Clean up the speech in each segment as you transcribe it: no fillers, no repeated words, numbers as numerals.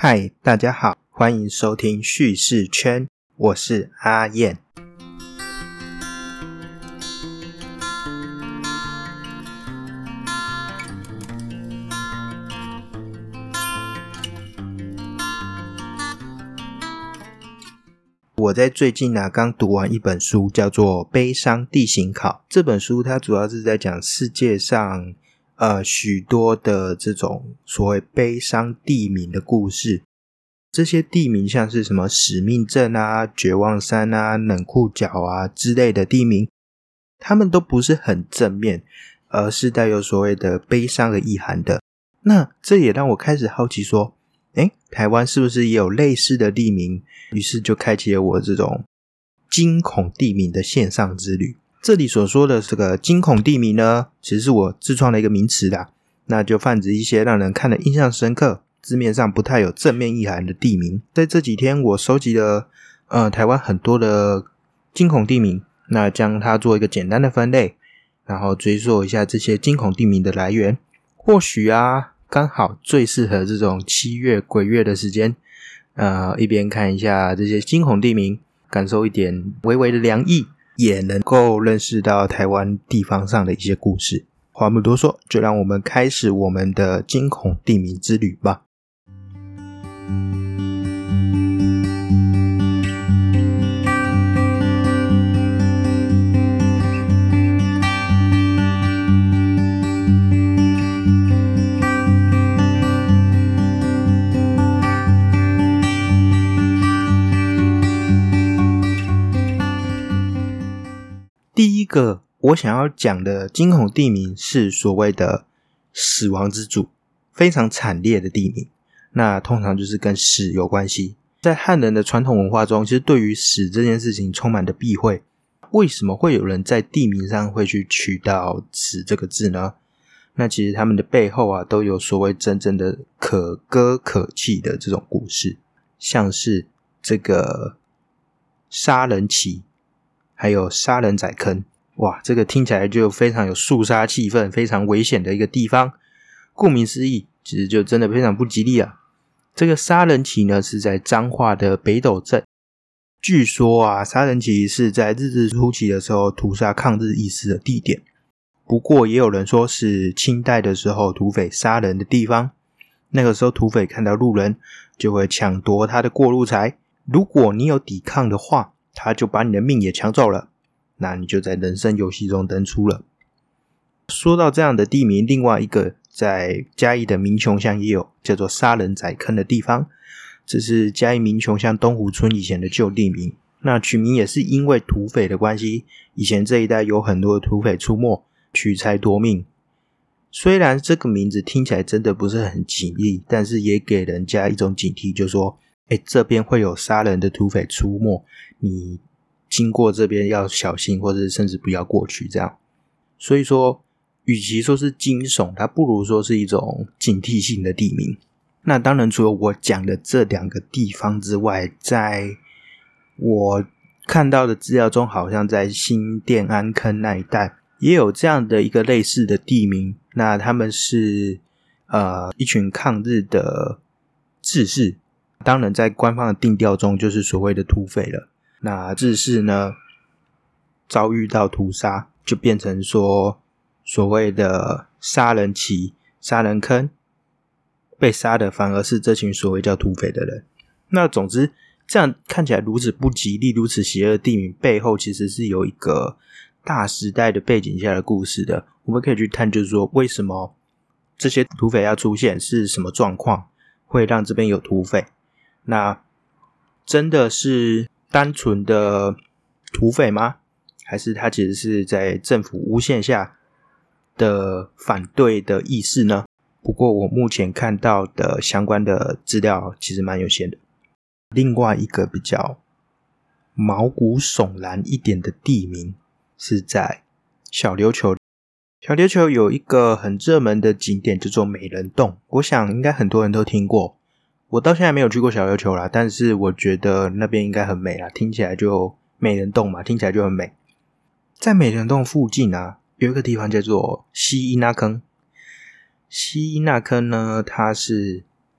嗨，大家好，欢迎收听叙事圈，我是阿燕。我在最近刚读完一本书，叫做《悲伤地形考》。这本书它主要是在讲世界上许多的这种所谓悲伤地名的故事。这些地名像是什么使命镇啊、绝望山啊、冷酷角啊之类的地名，他们都不是很正面，而是带有所谓的悲伤的意涵的。那这也让我开始好奇说，台湾是不是也有类似的地名？于是就开启了我这种惊恐地名的线上之旅。这里所说的这个惊恐地名呢，其实是我自创的一个名词啦，那就泛指一些让人看了印象深刻、字面上不太有正面意涵的地名。在这几天我收集了台湾很多的惊恐地名，那将它做一个简单的分类，然后追溯一下这些惊恐地名的来源。或许刚好最适合这种7月鬼月的时间，一边看一下这些惊恐地名，感受一点微微的凉意，也能够认识到台湾地方上的一些故事。话不多说，就让我们开始我们的惊恐地名之旅吧。第一个我想要讲的惊恐地名是所谓的死亡之组，非常惨烈的地名。那通常就是跟死有关系。在汉人的传统文化中，其实对于死这件事情充满的避讳。为什么会有人在地名上会去取到死这个字呢？那其实他们的背后都有所谓真正的可歌可泣的这种故事，像是这个杀人旗还有杀人仔坑。哇，这个听起来就非常有肃杀气氛，非常危险的一个地方。顾名思义，其实就真的非常不吉利啊。这个杀人旗呢，是在彰化的北斗镇。据说杀人旗是在日治初期的时候屠杀抗日义士的地点。不过也有人说是清代的时候土匪杀人的地方。那个时候土匪看到路人就会抢夺他的过路财，如果你有抵抗的话，他就把你的命也抢走了，那你就在人生游戏中登出了。说到这样的地名，另外一个在嘉义的民雄乡也有叫做杀人仔坑的地方，这是嘉义民雄乡东湖村以前的旧地名。那取名也是因为土匪的关系，以前这一带有很多的土匪出没，取财夺命。虽然这个名字听起来真的不是很吉利，但是也给人家一种警惕，就说这边会有杀人的土匪出没，你经过这边要小心，或者甚至不要过去这样。所以说与其说是惊悚，它不如说是一种警惕性的地名。那当然除了我讲的这两个地方之外，在我看到的资料中，好像在新店安坑那一带也有这样的一个类似的地名。那他们是一群抗日的志士，当然在官方的定调中就是所谓的土匪了。那志士呢遭遇到屠杀，就变成说所谓的杀人旗、杀人坑，被杀的反而是这群所谓叫土匪的人。那总之这样看起来如此不吉利、如此邪恶的地名背后，其实是有一个大时代的背景下的故事的。我们可以去探究说，为什么这些土匪要出现，是什么状况会让这边有土匪。那真的是单纯的土匪吗？还是他其实是在政府诬陷下的反对的意识呢？不过我目前看到的相关的资料其实蛮有限的。另外一个比较毛骨悚然一点的地名是在小琉球。小琉球有一个很热门的景点叫做美人洞，我想应该很多人都听过。我到现在没有去过小琉球啦，但是我觉得那边应该很美啦，听起来就美人洞嘛，听起来就很美。在美人洞附近有一个地方叫做西伊那坑。西伊那坑呢，它是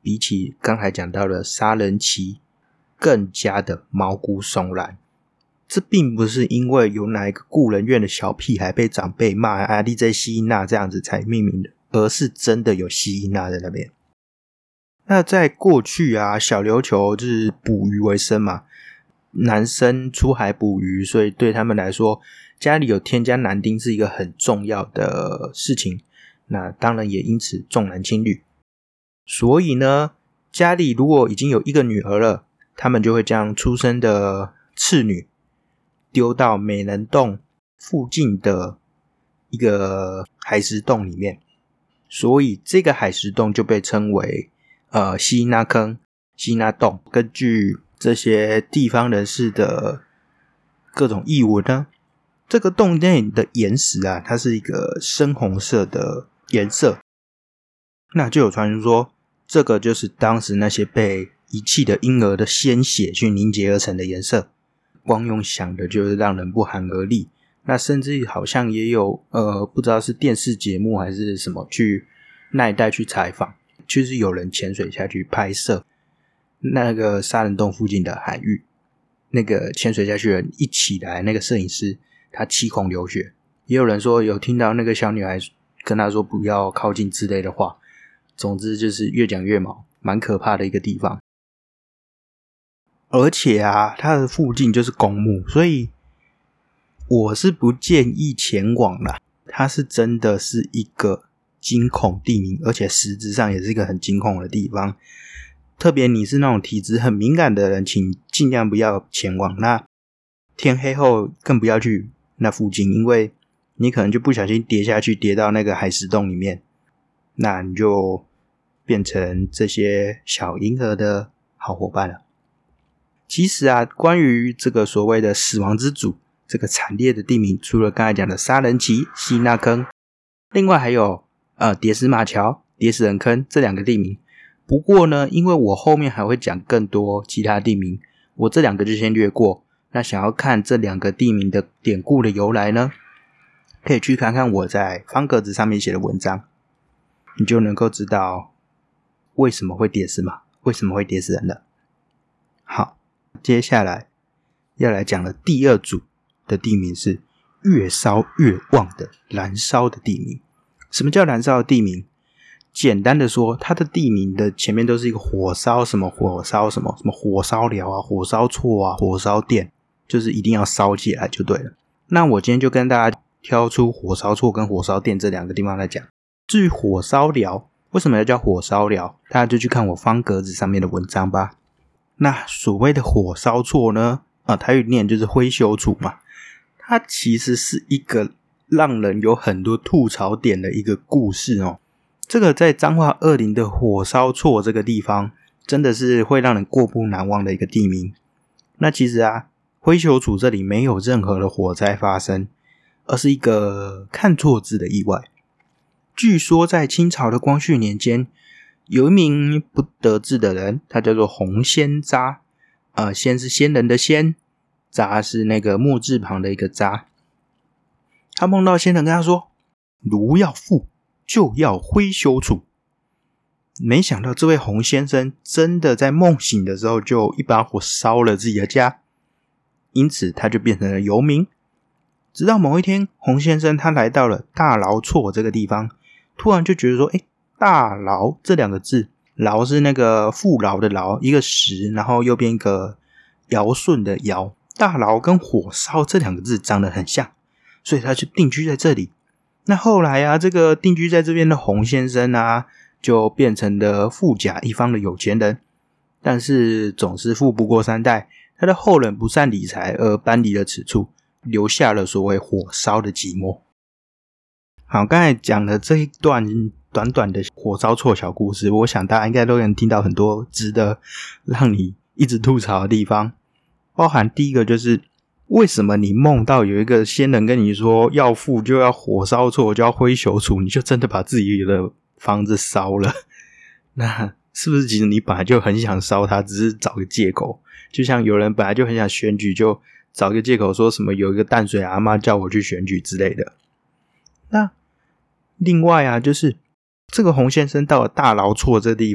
比起刚才讲到的杀人旗更加的毛骨悚然。这并不是因为有哪一个故人院的小屁孩被长辈骂啊你在吸纳这样子才命名的，而是真的有吸纳在那边。那在过去啊，小琉球就是捕鱼为生嘛，男生出海捕鱼，所以对他们来说家里有添加男丁是一个很重要的事情，那当然也因此重男轻女。所以呢，家里如果已经有一个女儿了，他们就会将出生的次女丢到美人洞附近的一个海石洞里面，所以这个海石洞就被称为西那坑、西那洞。根据这些地方人士的各种译文呢，这个洞内的岩石啊，它是一个深红色的颜色，那就有传说这个就是当时那些被遗弃的婴儿的鲜血去凝结而成的颜色，光用想的就是让人不寒而栗。那甚至好像也有不知道是电视节目还是什么去那一带去采访，就是有人潜水下去拍摄那个杀人洞附近的海域，那个潜水下去的人一起来，那个摄影师他七孔流血，也有人说有听到那个小女孩跟他说不要靠近之类的话。总之就是越讲越毛，蛮可怕的一个地方。而且啊，它的附近就是公墓，所以我是不建议前往啦。它是真的是一个惊恐地名，而且实质上也是一个很惊恐的地方。特别你是那种体质很敏感的人，请尽量不要前往。那天黑后更不要去那附近，因为你可能就不小心跌下去，跌到那个海石洞里面，那你就变成这些小婴儿的好伙伴了。其实啊，关于这个所谓的死亡之组这个惨烈的地名，除了刚才讲的杀人旗、西那坑，另外还有叠石马桥、叠石人坑这两个地名。不过呢，因为我后面还会讲更多其他地名，我这两个就先略过。那想要看这两个地名的典故的由来呢，可以去看看我在方格子上面写的文章，你就能够知道为什么会叠石马，为什么会叠石人了。好，接下来要来讲的第二组的地名是越烧越旺的燃烧的地名。什么叫燃烧的地名？简单的说，它的地名的前面都是一个火烧什么火烧什么，什么火烧寮啊、火烧厝啊、火烧店，就是一定要烧起来就对了。那我今天就跟大家挑出火烧厝跟火烧店这两个地方来讲。至于火烧寮为什么要叫火烧寮，大家就去看我方格子上面的文章吧。那所谓的火烧厝呢，台语念就是灰修厝嘛，它其实是一个让人有很多吐槽点的一个故事哦。这个在彰化20的火烧厝这个地方，真的是会让人过不难忘的一个地名。那其实啊，灰修厝这里没有任何的火灾发生，而是一个看错字的意外。据说在清朝的光绪年间，有一名不得志的人，他叫做洪仙渣，仙是仙人的仙，渣是那个木字旁的一个渣。他梦到仙人跟他说，如要富就要灰修厝。没想到这位洪先生真的在梦醒的时候就一把火烧了自己的家，因此他就变成了游民。直到某一天，洪先生他来到了大牢厝这个地方，突然就觉得说，大牢这两个字，牢是那个富饶的牢，一个石，然后右边一个尧舜的尧，大牢跟火烧这两个字长得很像，所以他就定居在这里。那后来啊，这个定居在这边的洪先生啊，就变成了富甲一方的有钱人，但是总是富不过三代，他的后人不善理财而搬离了此处，留下了所谓火烧的寂寞。好，刚才讲的这一段短短的火烧厝小故事，我想大家应该都能听到很多值得让你一直吐槽的地方，包含第一个就是为什么你梦到有一个仙人跟你说要富就要火烧厝就要灰修厝，你就真的把自己的房子烧了？那是不是其实你本来就很想烧它，只是找个借口？就像有人本来就很想选举，就找个借口说什么有一个淡水阿嬷叫我去选举之类的。那另外啊，就是这个洪先生到了大牢厝这地方，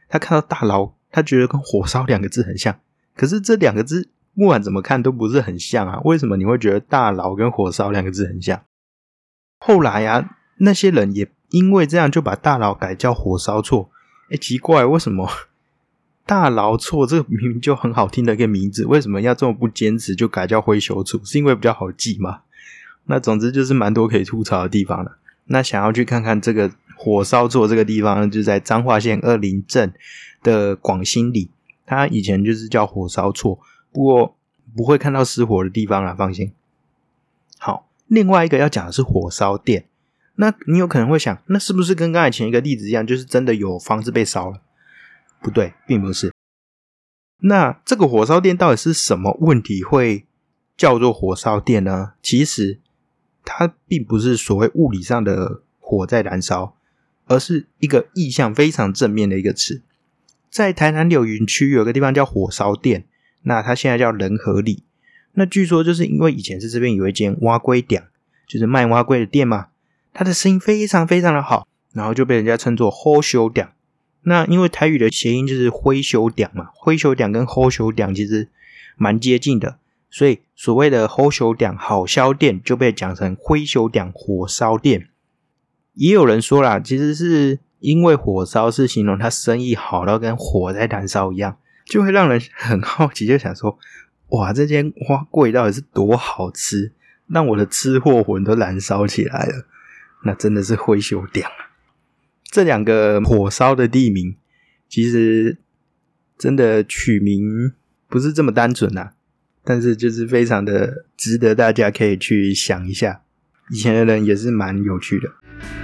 他看到大牢，他觉得跟火烧2个字很像，可是这2个字不管怎么看都不是很像啊，为什么你会觉得大牢跟火烧2个字很像？后来啊，那些人也因为这样就把大牢改叫火烧错。奇怪，为什么大牢错这个明明就很好听的一个名字，为什么要这么不坚持就改叫灰修处？是因为比较好记吗？那总之就是蛮多可以吐槽的地方了。那想要去看看这个火烧错这个地方呢，就在彰化县二林镇的广兴里，它以前就是叫火烧错，不过不会看到失火的地方啦，放心。好，另外一个要讲的是火烧店。那你有可能会想，那是不是跟刚才前一个例子一样，就是真的有房子被烧了？不对，并不是。那这个火烧店到底是什么问题会叫做火烧店呢？其实它并不是所谓物理上的火在燃烧，而是一个意象非常正面的一个词。在台南柳营区有个地方叫火烧店，那它现在叫仁和里。那据说就是因为以前是这边有一间碗粿店，就是卖碗粿的店嘛，它的生意非常非常的好，然后就被人家称作好烧店。那因为台语的谐音就是灰烧店嘛，灰烧店跟好烧店其实蛮接近的，所以所谓的好烧店、好烧店就被讲成灰烧店、火烧店。也有人说啦，其实是因为火烧是形容他生意好到跟火在燃烧一样，就会让人很好奇，就想说哇，这间碗粿到底是多好吃，让我的吃货魂都燃烧起来了。那真的是灰烧店啊。这2个火烧的地名其实真的取名不是这么单纯啊，但是就是非常的值得大家可以去想一下，以前的人也是蛮有趣的。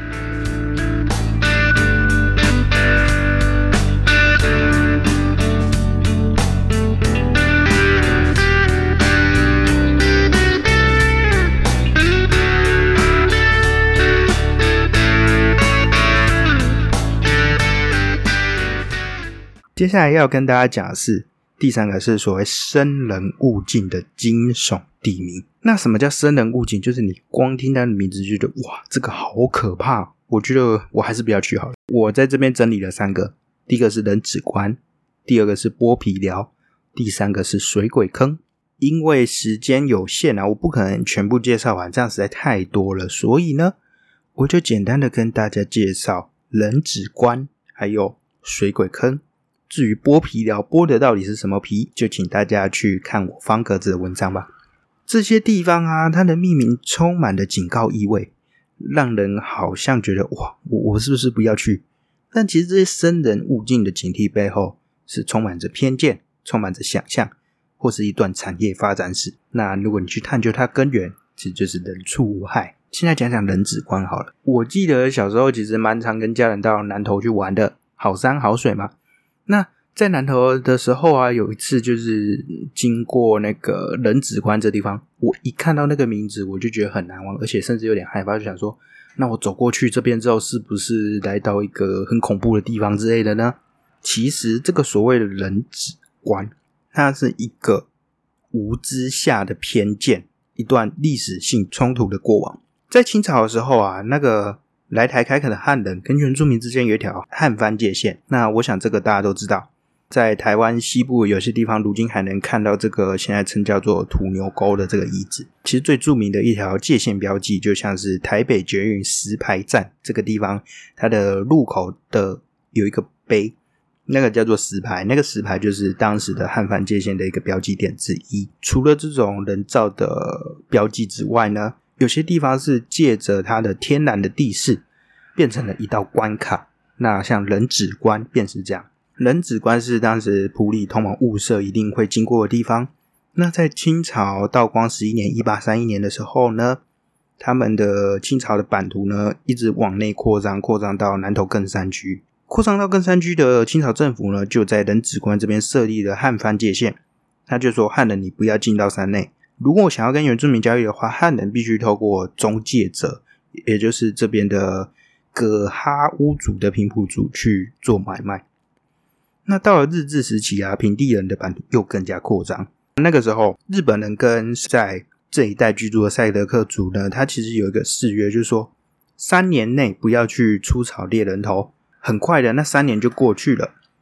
接下来要跟大家讲的是第3个，是所谓生人勿近的惊悚地名。那什么叫生人勿近？就是你光听它的名字就觉得哇，这个好可怕，我觉得我还是不要去好了。我在这边整理了3个，第一个是人指关，第2个是剥皮寮，第3个是水鬼坑。因为时间有限啊，我不可能全部介绍完，这样实在太多了，所以呢，我就简单的跟大家介绍人指关还有水鬼坑。至于剥皮寮剥的到底是什么皮，就请大家去看我方格子的文章吧。这些地方啊，它的命名充满了警告意味，让人好像觉得哇，我是不是不要去？但其实这些生人勿近的警惕背后，是充满着偏见，充满着想象，或是一段产业发展史。那如果你去探究它根源，其实就是人畜无害。现在讲讲人指关好了。我记得小时候其实蛮常跟家人到南投去玩的，好山好水嘛。那在南投的时候啊，有一次就是经过那个人指关这地方，我一看到那个名字我就觉得很难忘，而且甚至有点害怕，就想说那我走过去这边之后是不是来到一个很恐怖的地方之类的呢？其实这个所谓的人指关，它是一个无知下的偏见，一段历史性冲突的过往。在清朝的时候啊，那个来台开垦的汉人跟原住民之间有一条汉番界限，那我想这个大家都知道，在台湾西部有些地方如今还能看到这个现在称叫做土牛沟的这个遗址。其实最著名的一条界限标记就像是台北捷运石牌站这个地方，它的入口的有一个碑，那个叫做石牌，那个石牌就是当时的汉番界限的一个标记点之一。除了这种人造的标记之外呢，有些地方是借着它的天然的地势变成了一道关卡，那像人指关便是这样。人指关是当时埔里通往雾社一定会经过的地方。那在清朝道光11年1831年的时候呢，他们的清朝的版图呢一直往内扩张到南投更山区。扩张到更山区的清朝政府呢，就在人指关这边设立了汉番界限。他就说汉人你不要进到山内，如果想要跟原住民交易的话，汉人必须透过中介者，也就是这边的葛哈乌族的平埔族去做买卖。那到了日治时期啊，平地人的版图又更加扩张。那个时候日本人跟在这一带居住的赛德克族呢，他其实有一个誓约，就是说3年内不要去出草猎人头。很快的那3年就过去了，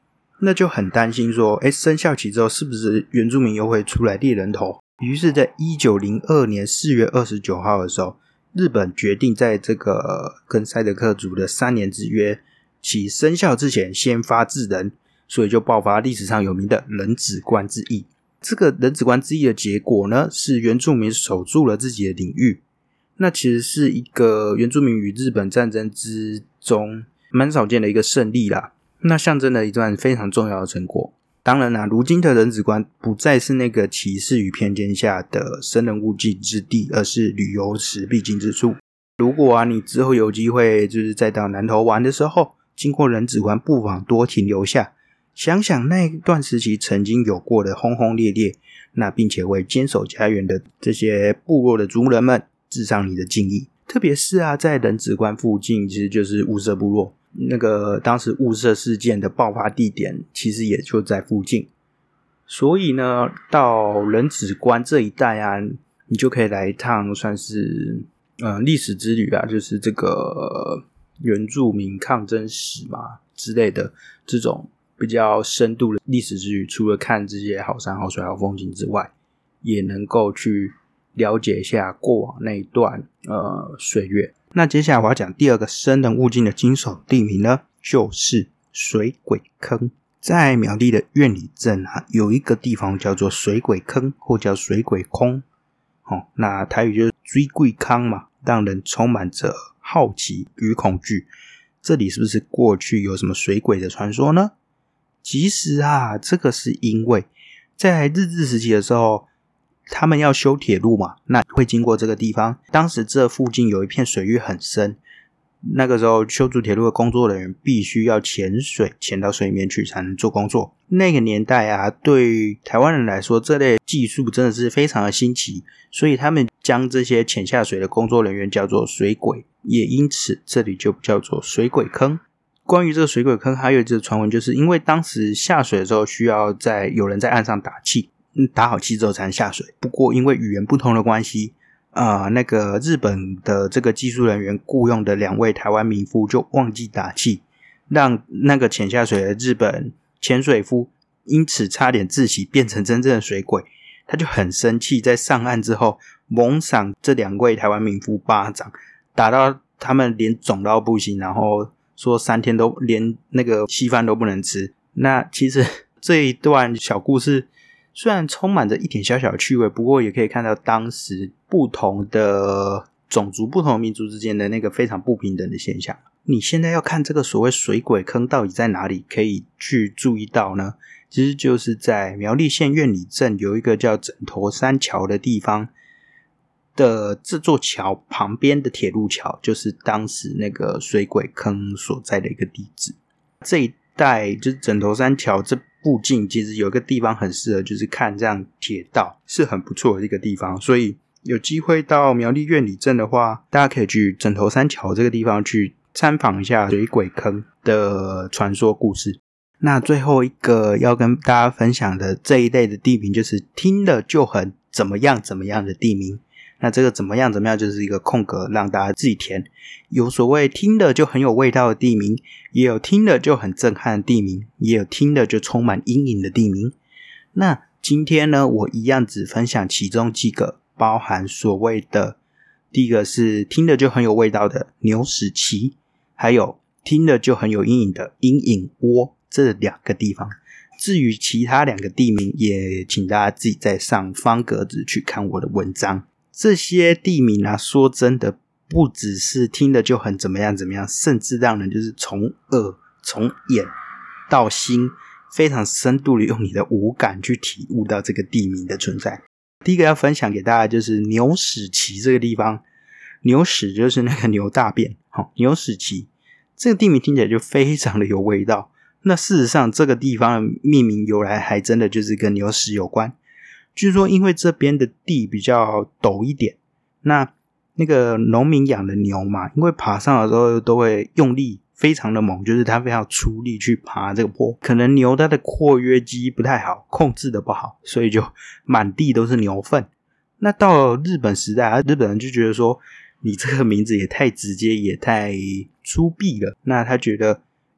那就很担心说生效期之后是不是原住民又会出来猎人头。于是在1902年4月29号的时候，日本决定在这个跟赛德克族的3年之约起生效之前先发制人，所以就爆发历史上有名的人子关之役。这个人子关之役的结果呢，是原住民守住了自己的领域，那其实是一个原住民与日本战争之中蛮少见的一个胜利啦，那象征了一段非常重要的成果。当然啦，如今的人子关不再是那个歧视与偏见下的生人勿近之地，而是旅游时必经之处。如果你之后有机会就是再到南投玩的时候，经过人子关不妨多停留下，想想那一段时期曾经有过的轰轰烈烈，那并且为坚守家园的这些部落的族人们致上你的敬意。特别是在人子关附近其实就是雾社部落，那个当时雾社事件的爆发地点其实也就在附近，所以呢到人子关这一带你就可以来一趟算是历史之旅就是这个原住民抗争史嘛之类的这种比较深度的历史之旅。除了看这些好山好水好风景之外，也能够去了解一下过往那一段岁月。那接下来我要讲第二个生人勿近的惊悚地名呢，就是水鬼坑。在苗栗的苑里镇有一个地方叫做水鬼坑，或叫水鬼空那台语就是水鬼坑嘛，让人充满着好奇与恐惧。这里是不是过去有什么水鬼的传说呢？其实这个是因为在日治时期的时候，他们要修铁路嘛，那会经过这个地方。当时这附近有一片水域很深，那个时候修筑铁路的工作人员必须要潜水潜到水里面去才能做工作。那个年代对于台湾人来说，这类技术真的是非常的新奇，所以他们将这些潜下水的工作人员叫做水鬼，也因此这里就叫做水鬼坑。关于这个水鬼坑还有一个传闻，就是因为当时下水的时候需要有人在岸上打气，打好气之后才能下水。不过因为语言不通的关系那个日本的这个技术人员雇用的2位台湾民夫就忘记打气，让那个潜下水的日本潜水夫因此差点窒息变成真正的水鬼。他就很生气，在上岸之后猛赏这2位台湾民夫巴掌，打到他们脸肿到不行，然后说3天都连那个稀饭都不能吃。那其实这一段小故事虽然充满着一点小小的趣味，不过也可以看到当时不同的种族不同的民族之间的那个非常不平等的现象。你现在要看这个所谓水鬼坑到底在哪里可以去注意到呢？其实就是在苗栗县苑里镇有一个叫枕头山桥的地方的这座桥旁边的铁路桥，就是当时那个水鬼坑所在的一个地址。这一带就是枕头山桥这附近其实有一个地方很适合就是看这样铁道，是很不错的一个地方。所以有机会到苗栗苑里镇的话，大家可以去枕头山桥这个地方去参访一下水鬼坑的传说故事。那最后一个要跟大家分享的这一类的地名，就是听了就很怎么样怎么样的地名。那这个怎么样怎么样就是一个空格让大家自己填，有所谓听了就很有味道的地名，也有听了就很震撼的地名，也有听了就充满阴影的地名。那今天呢，我一样只分享其中几个，包含所谓的第一个是听了就很有味道的牛屎旗，还有听了就很有阴影的阴影窝，这2个地方。至于其他2个地名，也请大家自己再上方格子去看我的文章。这些地名说真的不只是听了就很怎么样怎么样，甚至让人就是从耳从眼到心非常深度的用你的五感去体悟到这个地名的存在。第一个要分享给大家就是牛屎旗这个地方，牛屎就是那个牛大便牛屎旗这个地名听起来就非常的有味道。那事实上这个地方的命名由来还真的就是跟牛屎有关。据说因为这边的地比较陡一点，那个农民养的牛嘛，因为爬上的时候都会用力非常的猛，就是它非常出力去爬这个坡，可能牛它的括约肌不太好，控制的不好，所以就满地都是牛粪。那到了日本时代日本人就觉得说你这个名字也太直接也太粗鄙了，那他觉得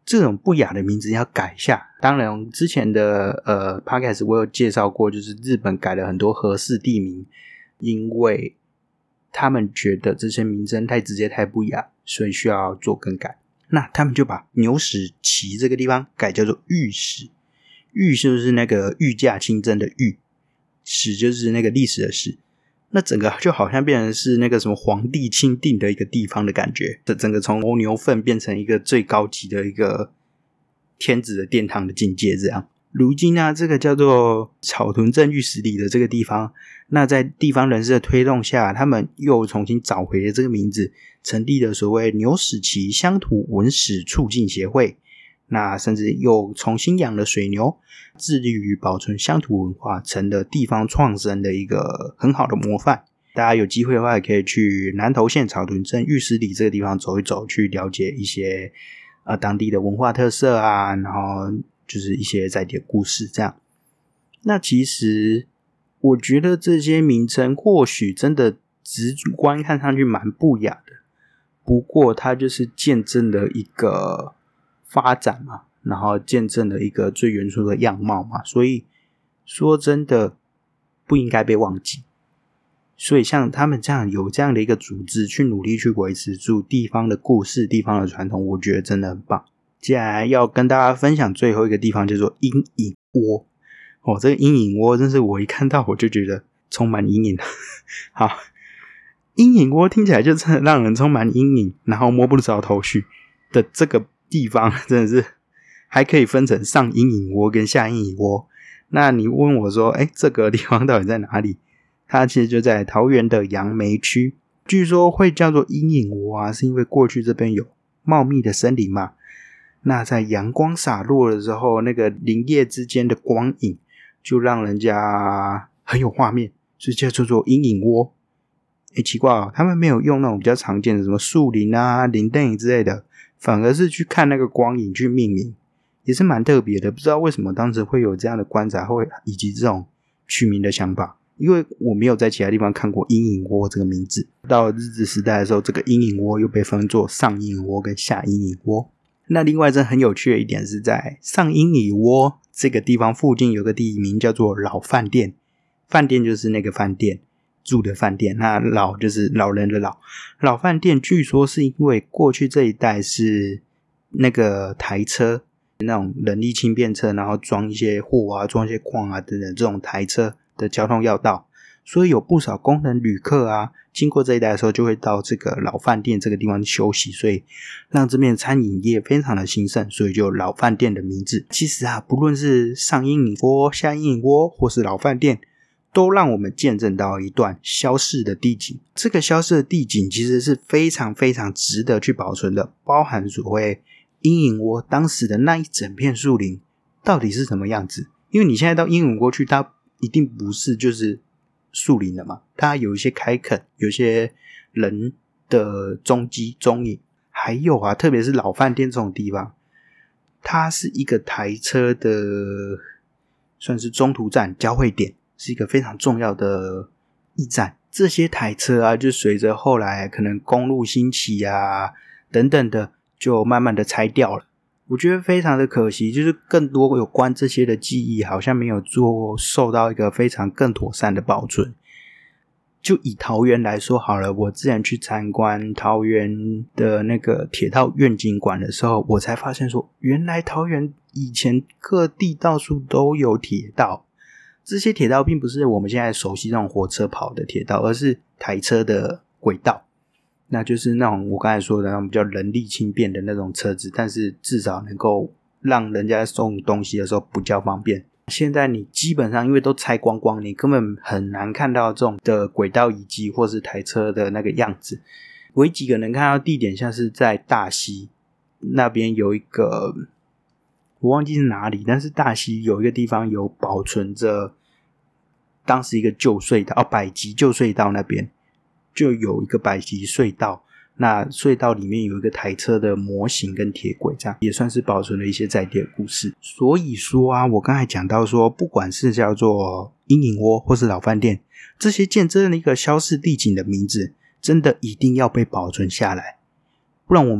这种不雅的名字要改一下。当然之前的podcast 我有介绍过，就是日本改了很多和氏地名，因为他们觉得这些名称太直接太不雅，所以需要做更改。那他们就把牛屎崎这个地方改叫做御史，御就是那个御驾亲征的御，史就是那个历史的史，那整个就好像变成是那个什么皇帝钦定的一个地方的感觉，这整个从牦牛粪变成一个最高级的一个天子的殿堂的境界这样。如今啊，这个叫做草屯镇御史里的这个地方，那在地方人士的推动下，他们又重新找回了这个名字，成立了所谓牛屎崎乡土文史促进协会，那甚至又重新养了水牛，致力于保存乡土文化，成了地方创生的一个很好的模范。大家有机会的话，也可以去南投县草屯镇御史里这个地方走一走，去了解一些当地的文化特色啊，然后就是一些在地的故事这样。那其实我觉得这些名称或许真的直观看上去蛮不雅的，不过它就是见证了一个发展嘛，然后见证了一个最原初的样貌嘛，所以说真的不应该被忘记。所以像他们这样有这样的一个组织去努力去维持住地方的故事、地方的传统，我觉得真的很棒。接下来要跟大家分享最后一个地方叫做阴影窝。这个阴影窝真是我一看到我就觉得充满阴影。好，阴影窝听起来就真的让人充满阴影，然后摸不着头绪的这个地方，真的是还可以分成上阴影窝跟下阴影窝。那你问我说这个地方到底在哪里？它其实就在桃园的杨梅区。据说会叫做阴影窝啊，是因为过去这边有茂密的森林嘛，那在阳光洒落的时候，那个林叶之间的光影就让人家很有画面，所以叫做阴影窝。奇怪哦，他们没有用那种比较常见的什么树林啊、林灯影之类的，反而是去看那个光影去命名，也是蛮特别的。不知道为什么当时会有这样的观察，以及这种取名的想法，因为我没有在其他地方看过阴影窝这个名字。到日治时代的时候，这个阴影窝又被分作上阴影窝跟下阴影窝。那另外真的很有趣的一点是在上阴影窝这个地方附近有个地名叫做老饭店，饭店就是那个饭店住的饭店，那老就是老人的老。老饭店据说是因为过去这一带是那个台车，那种人力轻便车，然后装一些货啊、装一些矿啊等等这种台车的交通要道，所以有不少工人旅客啊经过这一带的时候就会到这个老饭店这个地方休息，所以让这边餐饮业非常的兴盛，所以就有老饭店的名字。其实啊，不论是上阴影窝、下阴影窝或是老饭店，都让我们见证到一段消逝的地景。这个消逝的地景其实是非常非常值得去保存的，包含所谓阴影窝当时的那一整片树林到底是什么样子。因为你现在到阴影窝去，它一定不是就是树林了嘛，它有一些开垦，有一些人的踪迹踪影，还有啊，特别是老饭店这种地方，它是一个台车的算是中途站交汇点，是一个非常重要的驿站。这些台车啊，就随着后来可能公路兴起啊等等的，就慢慢的拆掉了。我觉得非常的可惜，就是更多有关这些的记忆好像没有受到一个非常更妥善的保存。就以桃园来说好了，我之前去参观桃园的那个铁道愿景馆的时候，我才发现说，原来桃园以前各地到处都有铁道。这些铁道并不是我们现在熟悉那种火车跑的铁道，而是台车的轨道。那就是那种我刚才说的那种比较人力轻便的那种车子，但是至少能够让人家送东西的时候比较方便。现在你基本上因为都拆光光，你根本很难看到这种的轨道遗迹或是台车的那个样子。唯几个能看到地点，像是在大溪那边有一个我忘记是哪里，但是大溪有一个地方有保存着当时一个旧隧道，百吉旧隧道那边就有一个百吉隧道，那隧道里面有一个台车的模型跟铁轨，这样也算是保存了一些在地的故事。所以说啊，我刚才讲到说，不管是叫做阴影窝或是老饭店，这些见证了一个消逝地景的名字，真的一定要被保存下来，不然我们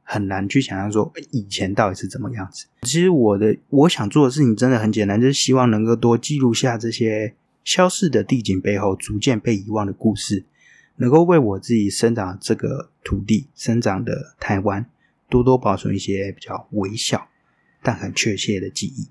很难去想象说以前到底是怎么样子。其实我想做的事情真的很简单，就是希望能够多记录下这些消逝的地景背后逐渐被遗忘的故事，能够为我自己生长这个土地、生长的台湾多多保存一些比较微小但很确切的记忆。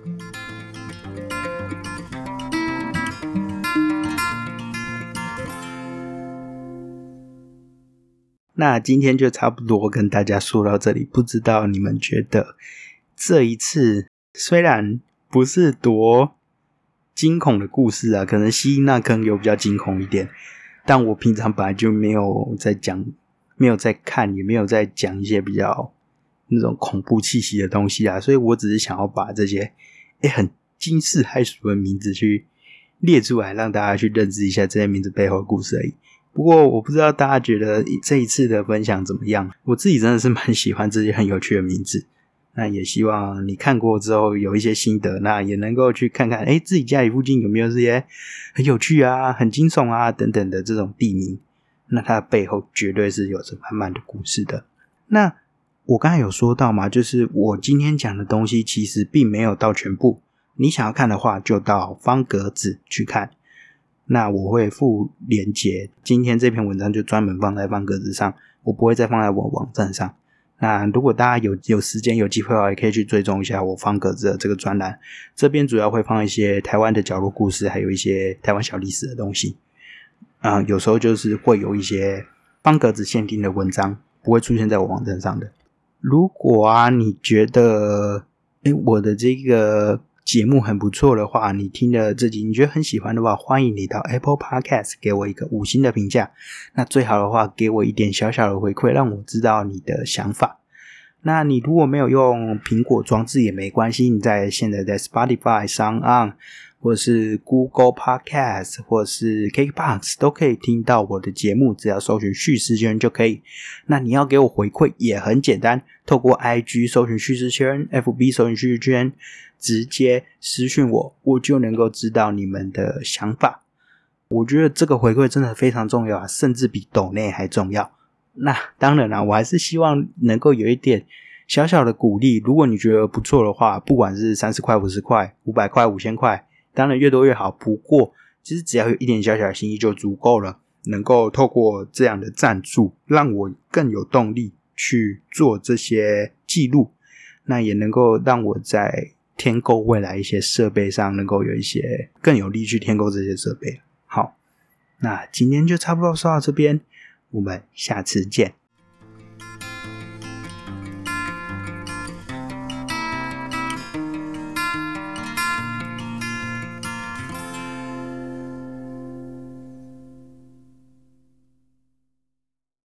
那今天就差不多跟大家说到这里，不知道你们觉得这一次虽然不是多惊恐的故事啊，可能西那坑有比较惊恐一点，但我平常本来就没有在讲，没有在看，也没有在讲一些比较那种恐怖气息的东西啊，所以我只是想要把这些很惊世骇俗的名字去列出来，让大家去认知一下这些名字背后的故事而已。不过我不知道大家觉得这一次的分享怎么样，我自己真的是蛮喜欢这些很有趣的名字，那也希望你看过之后有一些心得，那也能够去看看自己家里附近有没有这些很有趣啊、很惊悚啊等等的这种地名，那它的背后绝对是有着满满的故事的。那我刚才有说到嘛，就是我今天讲的东西其实并没有到全部，你想要看的话就到方格子去看，那我会附连结，今天这篇文章就专门放在方格子上，我不会再放在我网站上。那如果大家有时间有机会的话，也可以去追踪一下我方格子的这个专栏，这边主要会放一些台湾的角落故事，还有一些台湾小历史的东西。有时候就是会有一些方格子限定的文章不会出现在我网站上的。如果你觉得我的这个节目很不错的话，你听了这集你觉得很喜欢的话，欢迎你到 Apple Podcast 给我一个5星的评价，那最好的话给我一点小小的回馈，让我知道你的想法。那你如果没有用苹果装置也没关系，你现在在 Spotify、SoundOn 或者是 Google Podcast 或者是 KKBOX 都可以听到我的节目，只要搜寻叙事圈就可以。那你要给我回馈也很简单，透过 IG 搜寻叙事圈， FB 搜寻叙事圈，直接私讯我就能够知道你们的想法。我觉得这个回馈真的非常重要甚至比抖内还重要。那当然啦，我还是希望能够有一点小小的鼓励，如果你觉得不错的话，不管是30块、50块、500块、5000块，当然越多越好，不过其实只要有一点小小的心意就足够了，能够透过这样的赞助让我更有动力去做这些记录，那也能够让我在添购未来一些设备上能够有一些更有力去添购这些设备。好，那今天就差不多说到这边，我们下次见。